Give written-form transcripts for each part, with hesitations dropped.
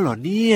รอเนี่ย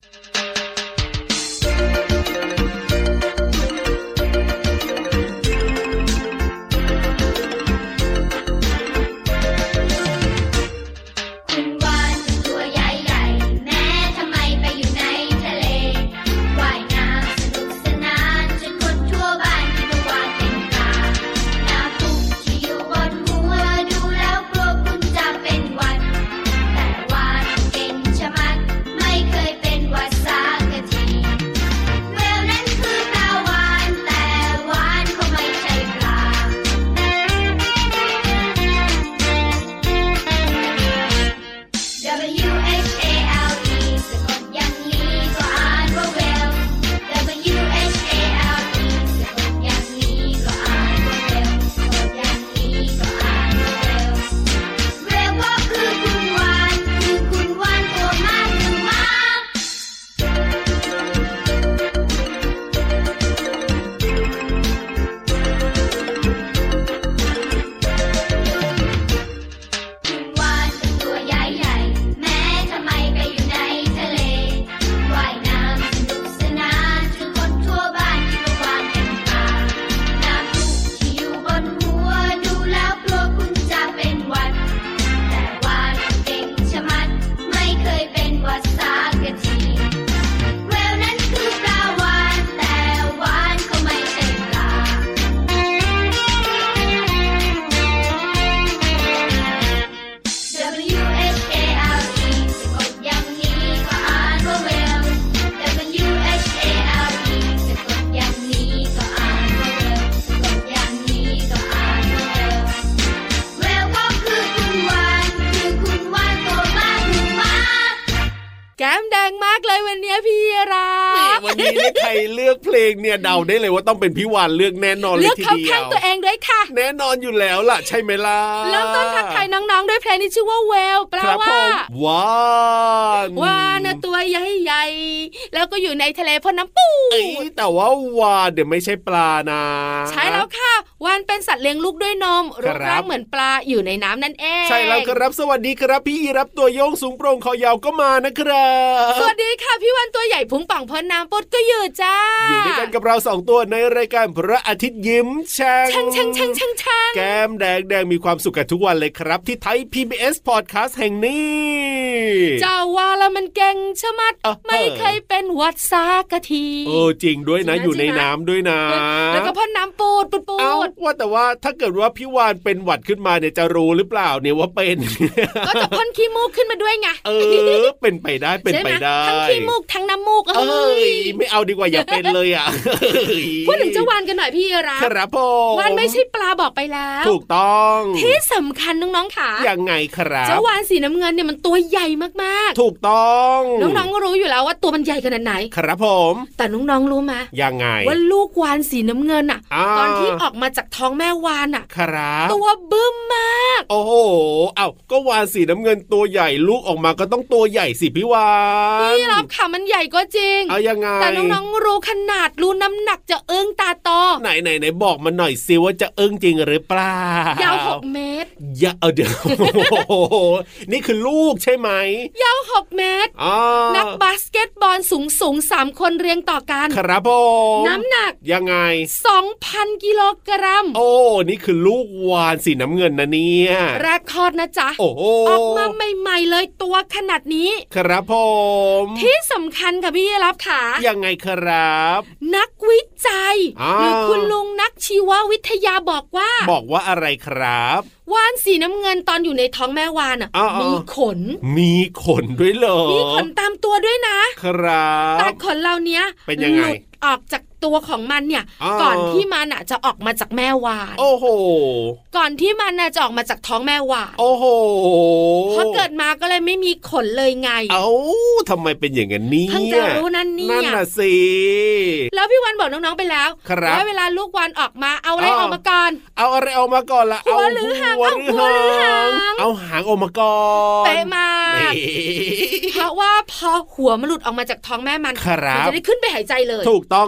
วันนี้ใครเลือกเพลงเนี่ยเดาได้เลยว่าต้องเป็นพี่วานเลือกแน่นอนเลยทีเดียวเลือกเข้าข้างตัวเองด้วยค่ะแน่นอนอยู่แล้วล่ะใช่ไหมล่ะเริ่มต้นทักทายน้องๆด้วยเพลงที่ชื่อว่า Whale แปลว่าวานนะตัวใหญ่ๆแล้วก็อยู่ในทะเลพ่นน้ำปูแต่ว่าวานเดี๋ยวไม่ใช่ปลานะใช่แล้วค่ะวานเป็นสัตว์เลี้ยงลูกด้วยนมรูปร่างเหมือนปลาอยู่ในน้ำนั่นเองใช่แล้วครับสวัสดีครับพี่รับตัวโยงสูงโปร่งคอยาวก็มานะครับสวัสดีค่ะพี่วานตัวใหญ่พุงป่องพ่นน้ำปดก็อยู่จ้าอยู่ด้วยกันกับเรา2ตัวในรายการพระอาทิตย์ยิ้มแฉ่งแก้มแดงมีความสุขกันทุกวันเลยครับที่ไทย PBS Podcast แห่งนี้เจ้าว่าแล้วมันเก่งชะมัดไม่เคยเป็นวัดซากะทีจริงด้วยนะอยู่ในน้ำด้วยนะแล้วก็พ่นน้ำปูดว่าแต่ว่าถ้าเกิดว่าพี่วานเป็นหวัดขึ้นมาเนี่ยจะรู้หรือเปล่าเนี่ยว่าเป็นก็จะพ่นขี้มูกขึ้นมาด้วยไงเป็นไปได้เป็นไปได้ทั้งขี้มูกทั้งน้ำมูกไม่เอาดีกว่าอย่าเป็นเลยอ่ะพูดถึงเจ้าวานกันหน่อยพี่รักครับผมวานไม่ใช่ปลาบอกไปแล้วถูกต้องที่สำคัญน้องๆค่ะยังไงครับเจ้าวานสีน้ำเงินเนี่ยมันตัวใหญ่มากๆถูกต้องน้องๆก็รู้อยู่แล้วว่าตัวมันใหญ่ขนาดไหนครับผมแต่น้องๆรู้ไหมยังไงว่าลูกวานสีน้ำเงินอ่ะตอนที่ออกมาจากท้องแม่วานอ่ะครับตัวบึ้มมากโอ้โหก็วานสีน้ำเงินตัวใหญ่ลูกออกมาก็ต้องตัวใหญ่สิพี่วานพี่รับค่ะมันใหญ่ก็จริงยังไงแต่น้องๆรู้ขนาดรู้น้ำหนักจะอึ้งตาโตไหนบอกมาหน่อยสิว่าจะอึ้งจริงหรือเปล่ายาว6 เมตรยาวเดี๋ยวนี่คือลูกใช่ไหมยาว6 เมตรนักบาสเกตบอลสูง3 คนเรียงต่อกันครับผมน้ำหนักยังไง 2,000 กิโลกรัมนี่คือลูกวานสีน้ำเงินนะเนี่ยแรกคลอดนะจ๊ะออกมาใหม่ๆเลยตัวขนาดนี้ครับผมที่สำคัญค่ะพี่รับค่ะยังไงครับนักวิจัยหรือคุณลุงนักชีววิทยาบอกว่าอะไรครับวานสีน้ำเงินตอนอยู่ในท้องแม่วานมีขนด้วยเหรอมีขนตามตัวด้วยนะครับแต่ขนเหล่านี้เป็นยังไงออกจากตัวของมันเนี่ยก่อนที่มันจะออกมาจากแม่วานโอ้โหก่อนที่มันจะออกมาจากท้องแม่วานโอ้โหพอเกิดมาก็เลยไม่มีขนเลยไงทำไมเป็นอย่างนี้เพิ่งจะรู้นั่นน่ะสิแล้วพี่วันบอกน้องๆไปแล้วว่าเวลาลูกวานออกมาเอาอะไรออกมาก่อนเอาอะไรออกมาก่อนล่ะหัวหรือหางเอาหางออกมาก่อนเป๊ะมากเพราะว่าพอหัวมันหลุดออกมาจากท้องแม่มันจะได้ขึ้นไปหายใจเลยถูกต้อง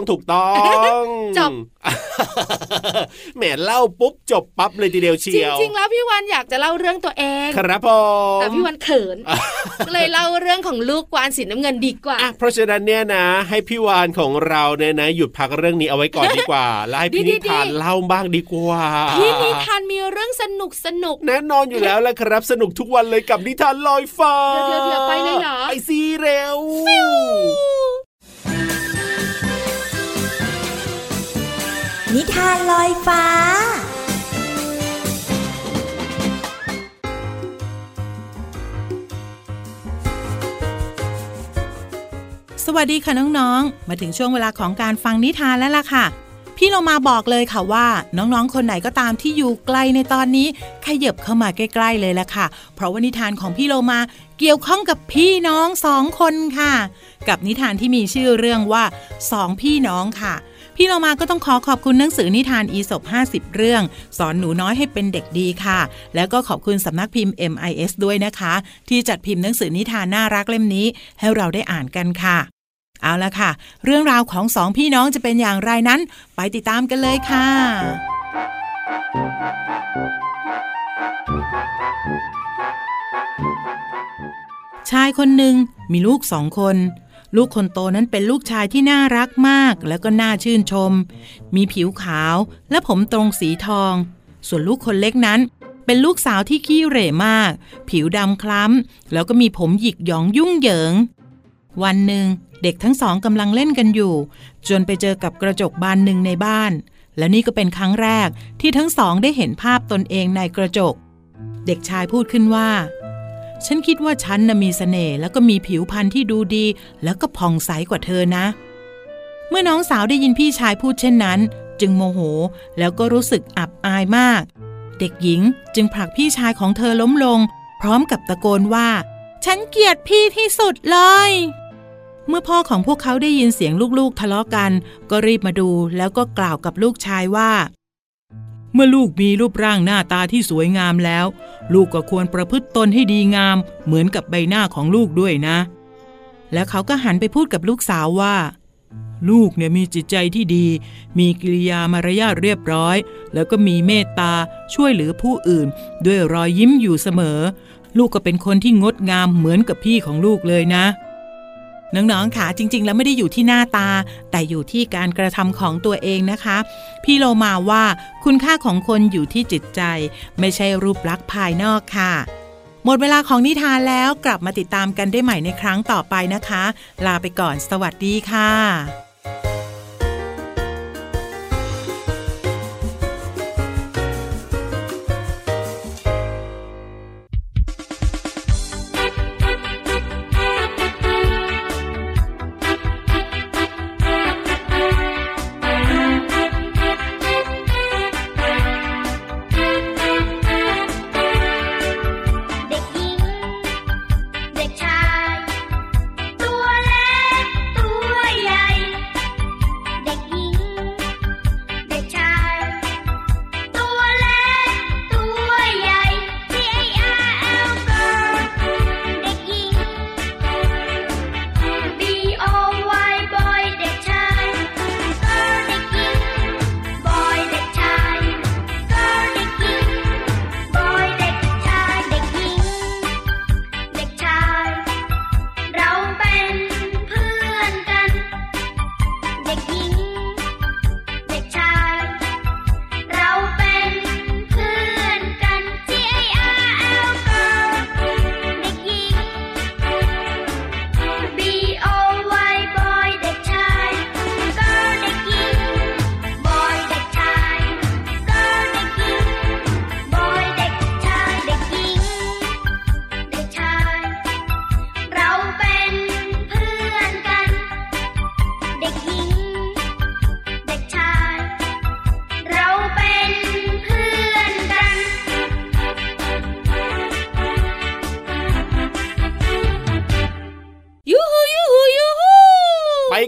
ต้องจบแหมเล่าปุ๊บจบปั๊บเลยทีเดียวเชียวจริงๆแล้วพี่วันอยากจะเล่าเรื่องตัวเองครับผมแต่พี่วันเขินก็เลยเล่าเรื่องของลูกกวางสีน้ำเงินดีกว่าเพราะฉะนั้นเนี่ยนะให้พี่วานของเราเนี่ยนะหยุดพักเรื่องนี้เอาไว้ก่อนดีกว่าแล้วให้พี่นิทานเล่าบ้างดีกว่าพี่นิทานมีเรื่องสนุกแน่นอนอยู่แล้วแหละครับสนุกทุกวันเลยกับนิทานลอยฟ้าเดี๋ยวไปเลยเหรอไอซีเร็วนิทานลอยฟ้าสวัสดีค่ะน้องๆมาถึงช่วงเวลาของการฟังนิทานแล้วล่ะค่ะพี่เรามาบอกเลยค่ะว่าน้องๆคนไหนก็ตามที่อยู่ไกลในตอนนี้ขยับเข้ามาใกล้ๆเลยล่ะค่ะเพราะว่านิทานของพี่เรามาเกี่ยวข้องกับพี่น้อง2คนค่ะกับนิทานที่มีชื่อเรื่องว่า2พี่น้องค่ะพี่เรามาก็ต้องขอบคุณหนังสือนิทานอีสป50เรื่องสอนหนูน้อยให้เป็นเด็กดีค่ะแล้วก็ขอบคุณสำนักพิมพ์ MIS ด้วยนะคะที่จัดพิมพ์หนังสือนิทานน่ารักเล่มนี้ให้เราได้อ่านกันค่ะเอาละค่ะเรื่องราวของ2พี่น้องจะเป็นอย่างไรนั้นไปติดตามกันเลยค่ะชายคนหนึ่งมีลูก2คนลูกคนโตนั้นเป็นลูกชายที่น่ารักมากแล้วก็น่าชื่นชมมีผิวขาวและผมตรงสีทองส่วนลูกคนเล็กนั้นเป็นลูกสาวที่ขี้เหร่มากผิวดำคล้ำแล้วก็มีผมหยิกหยองยุ่งเหยิงวันหนึ่งเด็กทั้งสองกำลังเล่นกันอยู่จนไปเจอกับกระจกบานหนึ่งในบ้านและนี่ก็เป็นครั้งแรกที่ทั้งสองได้เห็นภาพตนเองในกระจกเด็กชายพูดขึ้นว่าฉันคิดว่าฉันมีเสน่ห์แล้วก็มีผิวพรรณที่ดูดีแล้วก็ผ่องใสกว่าเธอนะเมื่อน้องสาวได้ยินพี่ชายพูดเช่นนั้นจึงโมโหแล้วก็รู้สึกอับอายมากเด็กหญิงจึงผลักพี่ชายของเธอล้มลงพร้อมกับตะโกนว่าฉันเกลียดพี่ที่สุดเลยเมื่อพ่อของพวกเขาได้ยินเสียงลูกๆทะเลาะกันก็รีบมาดูแล้วก็กล่าวกับลูกชายว่าเมื่อลูกมีรูปร่างหน้าตาที่สวยงามแล้วลูกก็ควรประพฤติตนให้ดีงามเหมือนกับใบหน้าของลูกด้วยนะแล้วเขาก็หันไปพูดกับลูกสาวว่าลูกเนี่ยมีจิตใจที่ดีมีกิริยามารยาทเรียบร้อยแล้วก็มีเมตตาช่วยเหลือผู้อื่นด้วยรอยยิ้มอยู่เสมอลูกก็เป็นคนที่งดงามเหมือนกับพี่ของลูกเลยนะน้องๆค่ะจริงๆแล้วไม่ได้อยู่ที่หน้าตาแต่อยู่ที่การกระทำของตัวเองนะคะพี่โลมาว่าคุณค่าของคนอยู่ที่จิตใจไม่ใช่รูปลักษณ์ภายนอกค่ะหมดเวลาของนิทานแล้วกลับมาติดตามกันได้ใหม่ในครั้งต่อไปนะคะลาไปก่อนสวัสดีค่ะตัวเล็กตัวใหญ่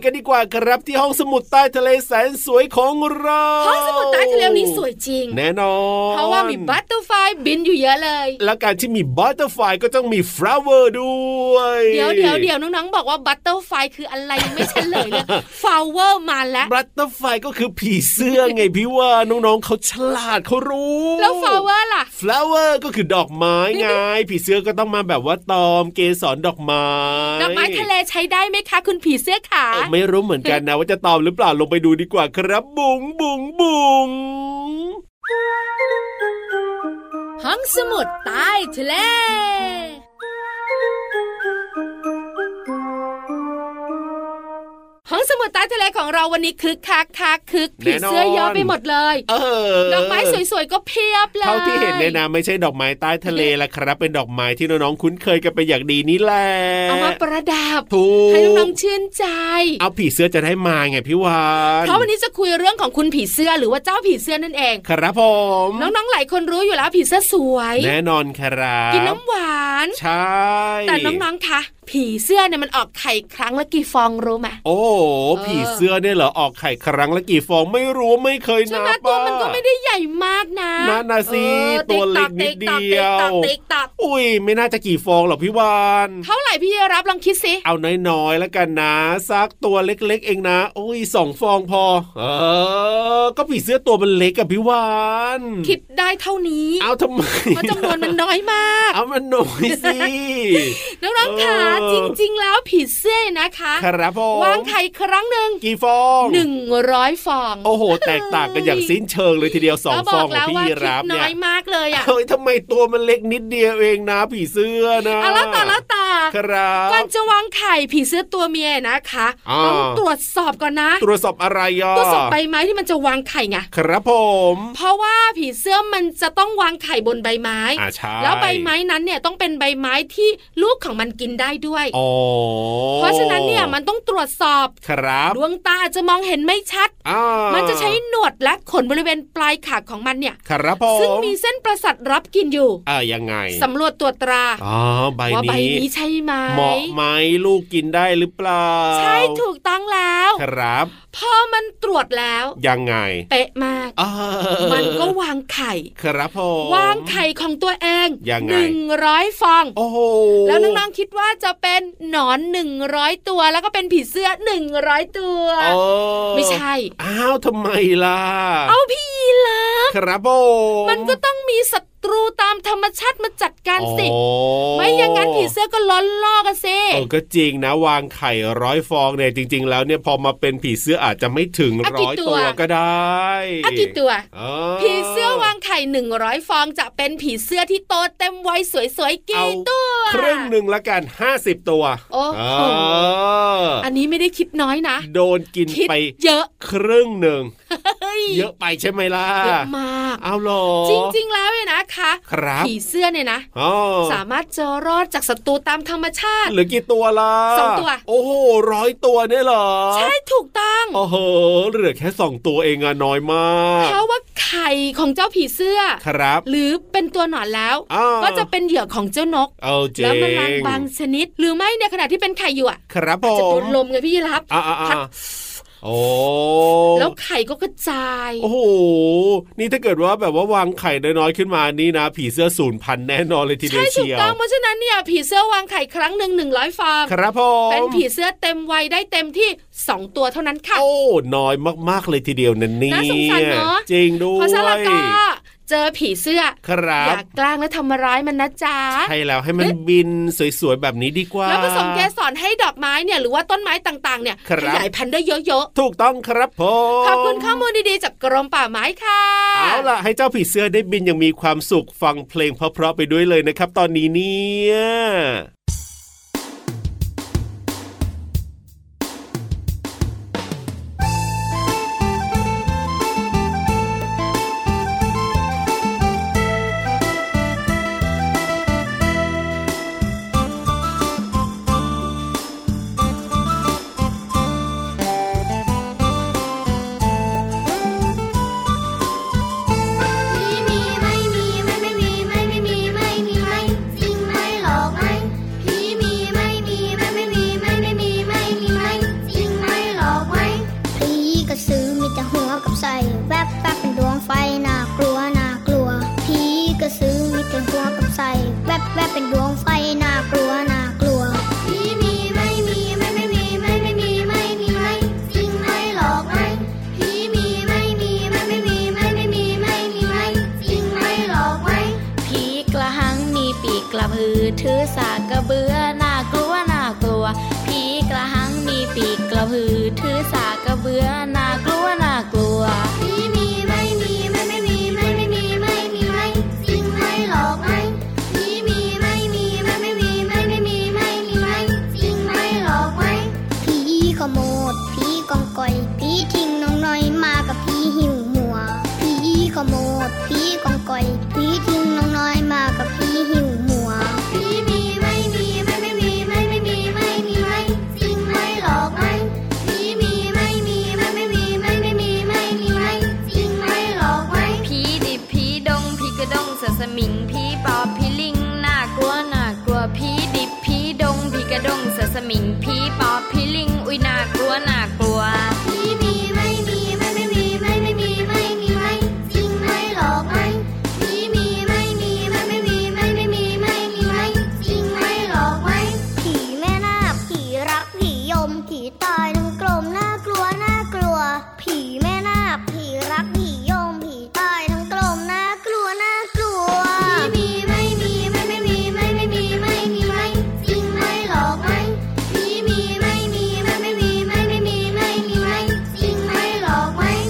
กันดีกว่าครับที่ห้องสมุดใต้ทะเลแสนสวยของเราห้องสมุดใต้ทะเลนี้สวยจริงแน่นอนเพราะว่ามีบัตเตอร์ฟลายบินอยู่เยอะเลยและการที่มีบัตเตอร์ฟลายก็ต้องมีฟลาวเวอร์ด้วยเดี๋ยวน้องๆบอกว่าบัตเตอร์ฟลายคืออะไรยังไม่เฉลยเลยฟลาวเวอร์มาแล้วบัตเตอร์ฟลายก็คือผีเสื้อไงพี่ว่าน้องๆเขาฉลาดเขารู้แล้วฟลาวเวอร์ล่ะฟลาวเวอร์ก็คือดอกไม้ไงผีเสื้อก็ต้องมาแบบว่าตอมเกสรดอกไม้ดอกไม้ทะเลใช้ได้ไหมคะคุณผีเสื้อขาไม่รู้เหมือนกันนะว่าจะตอมหรือเปล่าลงไปดูดีกว่าครับบุ๋งบุ๋งบุ๋งห้องสมุดใต้ทะเลห้องสมุดใต้ทะเลของเราวันนี้คึกคักผีเสื้อเยอะไปหมดเลยดอกไม้สวยๆก็เพียบเลยเท่าที่เห็นเนี่ยนะไม่ใช่ดอกไม้ใต้ทะเลละครับเป็นดอกไม้ที่น้องๆคุ้นเคยกันไปอย่างดีนี่แหละเอามาประดับให้น้องๆชื่นใจเอาผีเสื้อจะได้มาไงพี่วานเพราะวันนี้จะคุยเรื่องของคุณผีเสื้อหรือว่าเจ้าผีเสื้อนั่นเองครับผมน้องๆหลายคนรู้อยู่แล้วผีเสื้อสวยแน่นอนครับกินน้ำหวานใช่แต่น้องๆคะผีเสื้อเนี่ยมันออกไข่ครั้งละกี่ฟองรู้ไหมโอ้ผีเสื้อเนี่ยเหรอออกไข่ครั้งละกี่ฟองไม่รู้ไม่เคยนับตัวมันก็ไม่ได้ใหญ่มากนะนั่นนะสิตัวเล็กนิดเดียวอุ้ยไม่น่าจะกี่ฟองหรอกพี่วานเท่าไหร่พี่รับลองคิดสิเอาน้อยๆแล้วกันนะซักตัวเล็กๆเองนะโอ้ย2 ฟองพอก็ผีเสื้อตัวมันเล็กกับพี่วานคิดได้เท่านี้เอาทำไมเพราะจำนวนมันน้อยมากเอามันน้อยสิน้องๆค่ะจริงๆแล้วผีเสื้อนะคะครับผมวางไข่ครั้งหนึ่งกี่ฟอง 100 ฟองโอ้โหแตกต่างกันอย่างสิ้นเชิงเลยทีเดียว2 ฟองของพี่รับเนี่ยน้อยมากเลยอ่ะเฮ้ยทำไมตัวมันเล็กนิดเดียวเองนะผีเสื้อนะแล้วต่อครับก่อนจะวางไข่ผีเสื้อตัวเมียนะคะต้องตรวจสอบก่อนนะตรวจสอบอะไรตรวจสอบใบไม้ที่มันจะวางไข่ไงครับผมเพราะว่าผีเสื้อมันจะต้องวางไข่บนใบไม้แล้วใบไม้นั้นเนี่ยต้องเป็นใบไม้ที่ลูกของมันกินได้ด้วยเพราะฉะนั้นเนี่ยมันต้องตรวจสอบครับดวงตาอาจจะมองเห็นไม่ชัดมันจะใช้หนวดและขนบริเวณปลายขาของมันเนี่ยครับผมซึ่งมีเส้นประสาทรับกินอยู่ยังไงสำรวจตรวจตราว่าใบนี้ใช่ไหมเหมาะไหมลูกกินได้หรือเปล่าใช่ถูกต้องแล้วครับพอมันตรวจแล้วยังไงเป๊ะมากมันก็วางไข่ครับผมวางไข่ของตัวเอง100 ฟองโอ้โหแล้วน้องๆคิดว่าจะเป็นหนอน100 ตัวแล้วก็เป็นผีเสื้อ100 ตัวไม่ใช่อ้าวทำไมล่ะเอาพี่ล่ะครับผมมันก็ต้องมีศัตรูตามธรรมชาติมาจัดการสิไม่อย่างนั้นผีเสื้อก็ล้อล่อกันสิก็จริงนะวางไข่100 ฟองเนี่ยจริงๆแล้วเนี่ยพอมาเป็นผีเสื้ออาจจะไม่ถึง100 ตัวก็ได้กี่ตัวผีเสื้อวางไข่100 ฟองจะเป็นผีเสื้อที่โตเต็มวัยสวยๆกี่ตัวครึ่งหนึ่งละกัน50 ตัวโอ้โหอันนี้ไม่ได้คิดน้อยนะโดนกินไปเยอะครึ่งหนึ่งเยอะไปใช่ไหมล่ะเยอะมากเอาหรอจริงๆแล้วเนี่ยนะคะผีเสื้อเนี่ยนะสามารถจะรอดจากศัตรูตามธรรมชาติเหลือกี่ตัวล่ะ 2 ตัวโอ้โห100 ตัวเนี่ยเหรอใช่ถูกต้องโอ้โหเหลือแค่2 ตัวเองอะน้อยมากเพราะว่าไข่ของเจ้าผีเสื้อครับหรือเป็นตัวหนอนแล้วก็จะเป็นเหยื่อของเจ้านกแล้วแมลงบางชนิดหรือไม่ในขณะที่เป็นไข่อยู่อะครับผมจะโดนลมไงพี่รับพัดโอ้แล้วไข่ก็กระจายโอ้โหนี่ถ้าเกิดว่าแบบว่าวางไข่น้อยๆขึ้นมานี่นะผีเสื้อสูญพันธุ์แน่นอนเลยทีเดียวเชียวใช่ถูกต้องเพราะฉะนั้นเนี่ยผีเสื้อวางไข่ครั้งหนึ่ง100 ฟองครับผมเป็นผีเสื้อเต็มวัยได้เต็มที่2 ตัวเท่านั้นค่ะโอ้น้อยมากๆเลยทีเดียวนั่นนี่น่าสงสารเนาะจริงด้วยเพราะฉะนั้นก็เจอผีเสื้ออย่าแกล้งและทำร้ายมันนะจ๊ะใช่แล้วให้มันบินสวยๆแบบนี้ดีกว่าแล้วผสมเกสรให้ดอกไม้เนี่ยหรือว่าต้นไม้ต่างๆเนี่ยขยายพันธุ์ได้เยอะๆถูกต้องครับผมขอบคุณข้อมูลดีๆจากกรมป่าไม้ค่ะเอาล่ะให้เจ้าผีเสื้อได้บินอย่างมีความสุขฟังเพลงเพราะๆไปด้วยเลยนะครับตอนนี้เนี่ยพือถือสากกระเบือน่ากลัวน่ากลัวผีกระหังมีปีกกระพือถือสากกระเบือน่ากลัวน่ากลัวผีมีไม่มีไม่มีไม่มีไม่มีไม่จริงไม่หลอกไม่ผีมีไม่มีไม่มีไม่มีไม่มีไม่จริงไม่หลอกไม่ผีขโมดผีกองกอยผีทิ้งน้องน้อยมากับผีหิวหัวผีขโมดผีกองกอยผีทิ้งน้องน้อยมากับผีหิวหัวผีมีไม่มีไม่มีไม่มีไม่มีไม่จริงไม่หลอกไม่ผีมีไม่มีไม่มีไม่มีไม่มีไม่จริงไม่หลอกไม่ผีดิบผีดงผีกระดงเสือสมิงผีปอบผีลิงน่ากลัวน่ากลัวผีดิบผีดงผีกระดงเสือสมิงผีปอบผีลิงอุ้ยน่ากลัวน่ากลัวผีมีไม่มีไม่มีไม่มีไม่มีไม่จริงไม่หลอกไม่ผีมีไม่มีไม่มีไม่มีไม่มีไม่จริงไม่หลอกไม่ผีแม่นาคผีรักผียมผีตายทั้งกลมน่ากลัวน่ากลัวผีแม่นาคผีรักผียมผีตายทั้งกลมน่ากลัวน่ากลัวผีมีไม่มีไม่มีไม่มีไม่มีไม่จริงไม่หลอกไม่ผีมีไม่มีไม่มีไม่มีไม่มีไม่จริงไม่หลอกไม่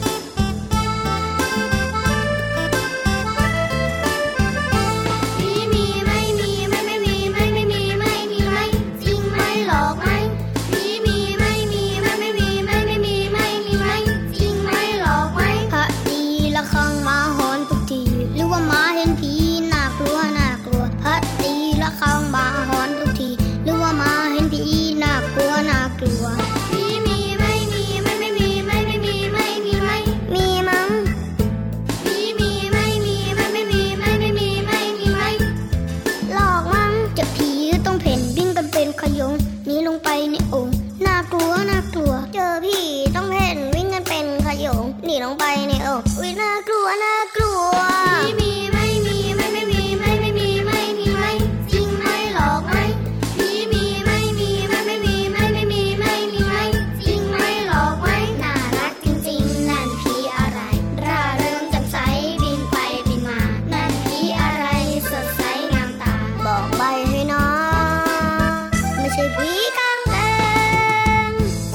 ผีมีไม่มีไม่มีไม่มีไม่มีไม่จริงไม่หลอกไม่ผีมีไม่มีไม่มีไม่มีไม่มีไม่จริงไม่หลอกไม่พระตีละครั้งมาหอนทุกทีหรือว่ามาเห็นผีน่ากลัวน่ากลัวพระตีละครั้งมาหอนทุกทีหรือว่ามาเห็นผีน่ากลัวน่ากลัวผีมีไม่มีไม่มีไม่มีไม่มีไม่มีมั้งผีมีไม่มีไม่มีไม่มีไม่มีไม่หลอกมั้งเจอผีต้องเพ่นวิ่งกันเป็นขยงหนีลงไปในโอ่งน่ากลัวน่ากลัวเจอผีต้องเพ่นวิ่งกันเป็นขยงหนีลงไปในโอ่งอุ๊ยน่ากลัวน่ากลัวผีมีไม่มีไม่มีไม่มีไม่มีไม่จริงไม่หลอกไม่ผีมีไม่มีไม่มีไม่มีไม่มีไม่จริงไม่หลอกไม่น่ารักจริงๆนั่นผีอะไรร่าเริงแจ่มใสบินไปบินมานั่นผีอะไรสดใสงามตาบอกใบให้น้องไม่ใช่ผีกางแดง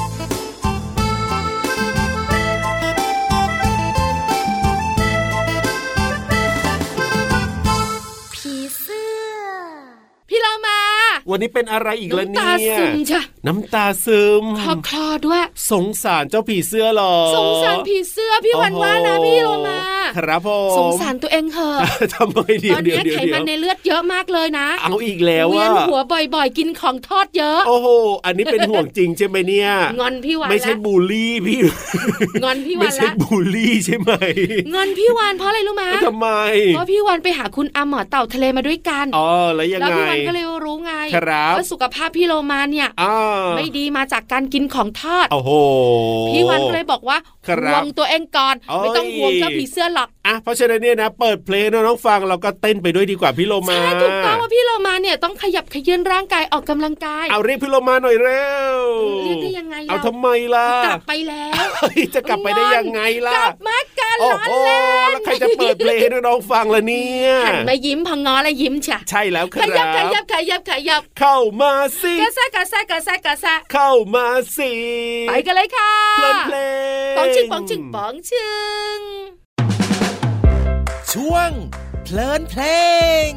ผีเสื้อพี่เรามาวันนี้เป็นอะไรอีกล่ะเนี่ยน้ำตาซึมจ้ะน้ำตาซึมคลอด้วยสงสารเจ้าผีเสื้อหรอสงสารผีเสื้อพี่วันว่านะพี่เรามาครับผมสงสารตัวเองเหอะทำไมเดี๋ยวตอนนี้ไขมันในเลือดเยอะมากเลยนะเอาอีกแล้วเวียนหัวบ่อยๆกินของทอดเยอะโอ้โหอันนี้เป็นห่วงจริงใช่ไหมเนี่ยงอนพี่วันไม่ใช่บูลลี่พี่งอนพี่วันไม่ใช่บูลลี่ใช่ไหมงอนพี่วันเพราะอะไรรู้ไหมทำไมเพราะพี่วันไปหาคุณอาหมอเต่าทะเลมาด้วยกันอ๋อแล้วยังไงแล้วพี่วันก็เลยรู้ไงว่าสุขภาพพี่โลมาเนี่ยไม่ดีมาจากการกินของทอดโอ้โหพี่วันก็เลยบอกว่าห่วงตัวเองก่อนไม่ต้องห่วงเจ้าผีเสื้อหรอกเพราะฉะนั้นเนี่ยนะเปิดเพลงน้องฟังเราก็เต้นไปด้วยดีกว่าพี่โลมาใช่ถูกต้องว่าพี่โลมาเนี่ยต้องขยับเขยื้อนร่างกายออกกำลังกายเอาเรียกพี่โลมาหน่อยเร็วเรียกได้ยังไงเอาทำไมล่ะกลับไปแล้วจะกลับไปได้ยังไงล่ะกลับมากันล้อเล่นแล้วใครจะเปิดเพลงให้น้องฟังล่ะเนี่ยหันมายิ้มพองอและยิ้มฉะใช่แล้วครับขยับเข้ามาสิกระแซเข้ามาสิไปกันเลยค่ะเพลงป๋องชึงป๋องชึงป๋องชึงช่วงเพลินเพลง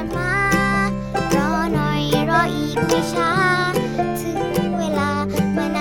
ไม่ช้าถึงเวลามัน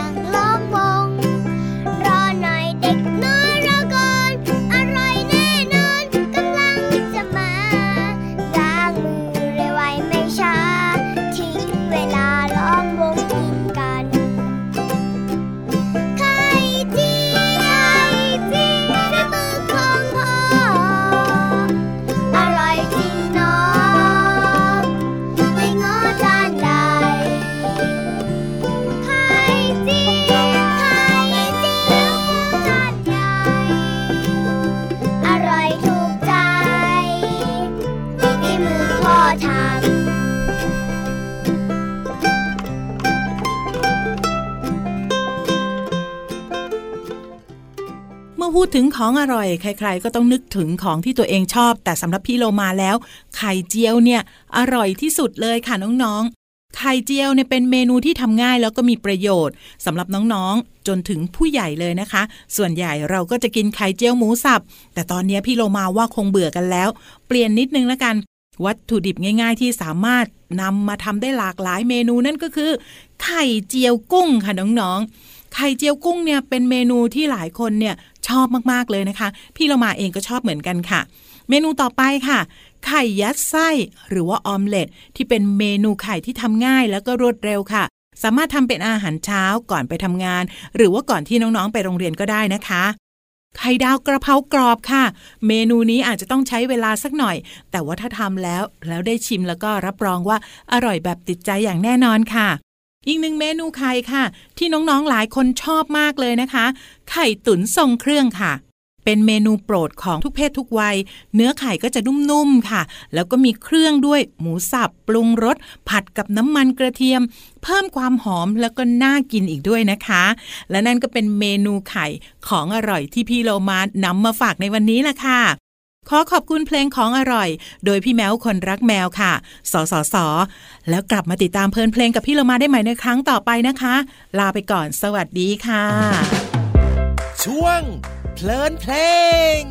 พูดถึงของอร่อยใครๆก็ต้องนึกถึงของที่ตัวเองชอบแต่สำหรับพี่โลมาแล้วไข่เจียวเนี่ยอร่อยที่สุดเลยค่ะน้องๆไข่เจียวเนี่ยเป็นเมนูที่ทำง่ายแล้วก็มีประโยชน์สำหรับน้องๆจนถึงผู้ใหญ่เลยนะคะส่วนใหญ่เราก็จะกินไข่เจียวหมูสับแต่ตอนนี้พี่โลมาว่าคงเบื่อกันแล้วเปลี่ยนนิดนึงละกันวัตถุดิบง่ายๆที่สามารถนำมาทำได้หลากหลายเมนูนั่นก็คือไข่เจียวกุ้งค่ะน้องๆไข่เจียวกุ้งเนี่ยเป็นเมนูที่หลายคนเนี่ยชอบมากๆเลยนะคะพี่เรามาเองก็ชอบเหมือนกันค่ะเมนูต่อไปค่ะไข่ยัดไส้หรือว่าออมเล็ตที่เป็นเมนูไข่ที่ทำง่ายแล้วก็รวดเร็วค่ะสามารถทำเป็นอาหารเช้าก่อนไปทำงานหรือว่าก่อนที่น้องๆไปโรงเรียนก็ได้นะคะไข่ดาวกระเพรากรอบค่ะเมนูนี้อาจจะต้องใช้เวลาสักหน่อยแต่ว่าถ้าทำแล้วได้ชิมแล้วก็รับรองว่าอร่อยแบบติดใจอย่างแน่นอนค่ะอีกหนึ่งเมนูไข่ค่ะที่น้องๆหลายคนชอบมากเลยนะคะไข่ตุ๋นทรงเครื่องค่ะเป็นเมนูโปรดของทุกเพศทุกวัยเนื้อไข่ก็จะนุ่มๆค่ะแล้วก็มีเครื่องด้วยหมูสับปรุงรสผัดกับน้ำมันกระเทียมเพิ่มความหอมแล้วก็น่ากินอีกด้วยนะคะและนั่นก็เป็นเมนูไข่ของอร่อยที่พี่โลมานำมาฝากในวันนี้ล่ะค่ะขอขอบคุณเพลงของอร่อยโดยพี่แมวคนรักแมวค่ะสสแล้วกลับมาติดตามเพลินเพลงกับพี่โลมาได้ใหม่ในครั้งต่อไปนะคะลาไปก่อนสวัสดีค่ะช่วงเพลินเพลง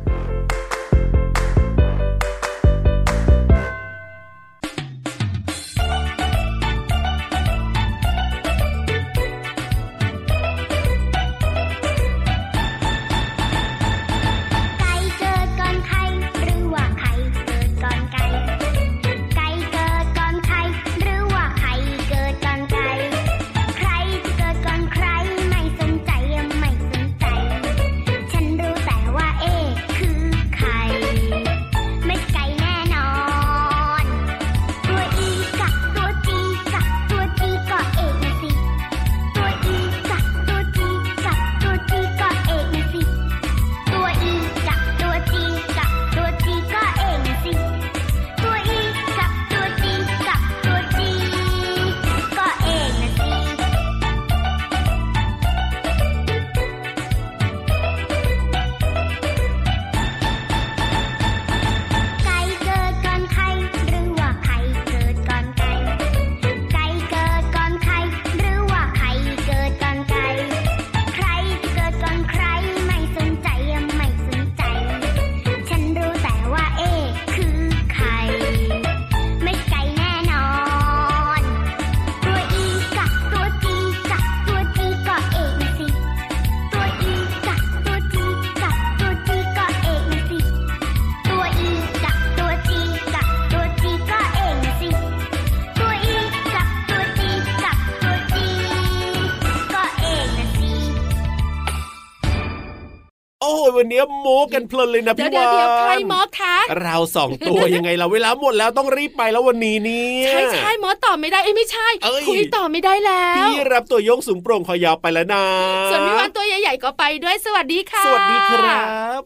วันนี้โม้กันเพลินเลยนะพี่วานเดี๋ยวใครโม้คะเรา2ตัวยังไงเราเวลาหมดแล้วต้องรีบไปแล้ววันนี้นี่ใช่โม้ต่อไม่ได้ไม่ใช่คุยต่อไม่ได้แล้วพี่รับตัวโยงสูงโปร่งคอยาวไปแล้วนะส่วนพี่วานตัวใหญ่ๆก็ไปด้วยสวัสดีค่ะสวัสดีครับ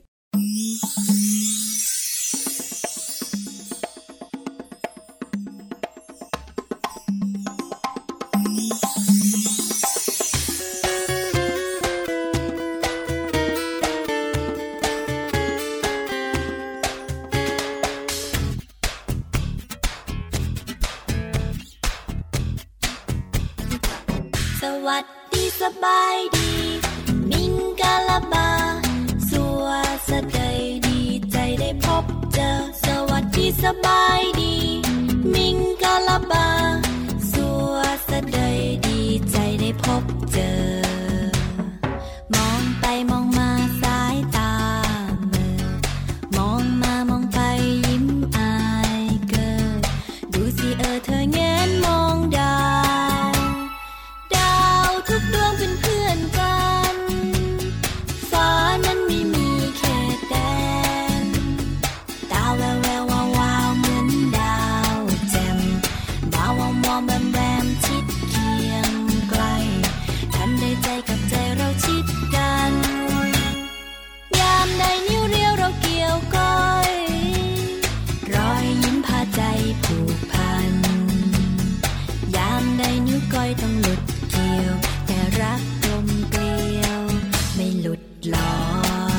สบายดีมิงกะลาบาสัวสะเดยดีใจได้พบเจอสวัสดีสบายดีมิงกะลาบาสัวสะเดยดีใจได้พบเจอมองไปมองมาสายตาเมื่อมองมามองไปยิ้มอายเกิดดูสิเธอแงนมองดาวทุกดวงเป็นเพื่อนกันฟ้านั้นไม่มีเขตแดนตาแววแวววาวเหมือนดาวแจ่มมามองแบมแบมชิดเคียงไกลทันได้ใจกับใจเราชิดกันยามใดนิ้วเรียวเราเกี่ยวก้อยรอยยิ้มพาใจผูกพันยามใดนิ้วก้อยต้องหลุดเกี่ยวรักกลมเกลียวไม่หลุดลอย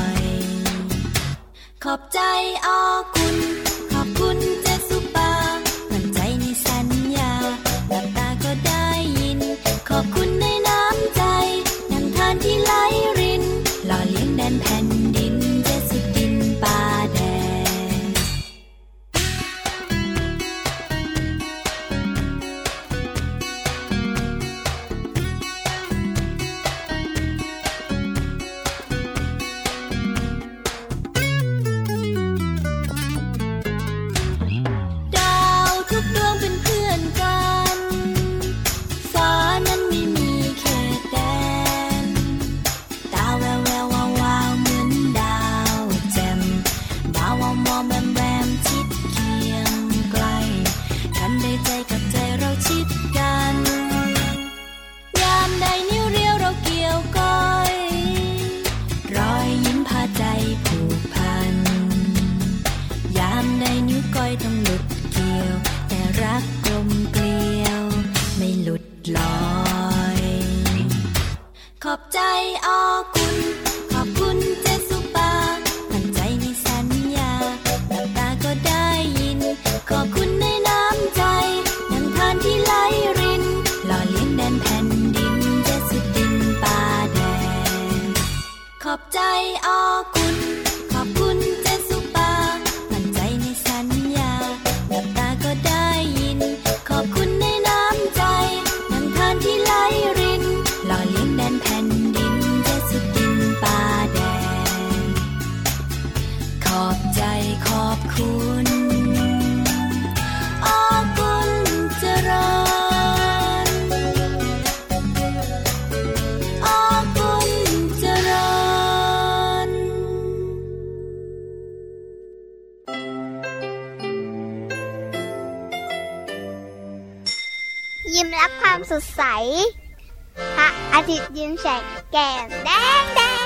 ดลอยขอบใจออคุณขอบคุณเจสุปามั่นใจในสัญญาหลับตาก็ได้ยินขอบคุณในน้ำใจดังทานที่ไหลรินหล่อเลี้ยงแดนแผ่นดินเจสุดินป่าแดงขอบใจออคุณขอบคุณเจสุปามั่นใจในสัญญาหลับตาก็ได้ยินขอบคุณในน้ำใจดังทานที่ไหลรินหล่อเลี้ยงแดนแผ่นดินเจสุดินป่าแดงขอบใจขอบคุณออกุลเจริญออกุลเจริญยิ้มรับความสดใสพระอาทิตย์ยิ้มแฉกแก้มแดง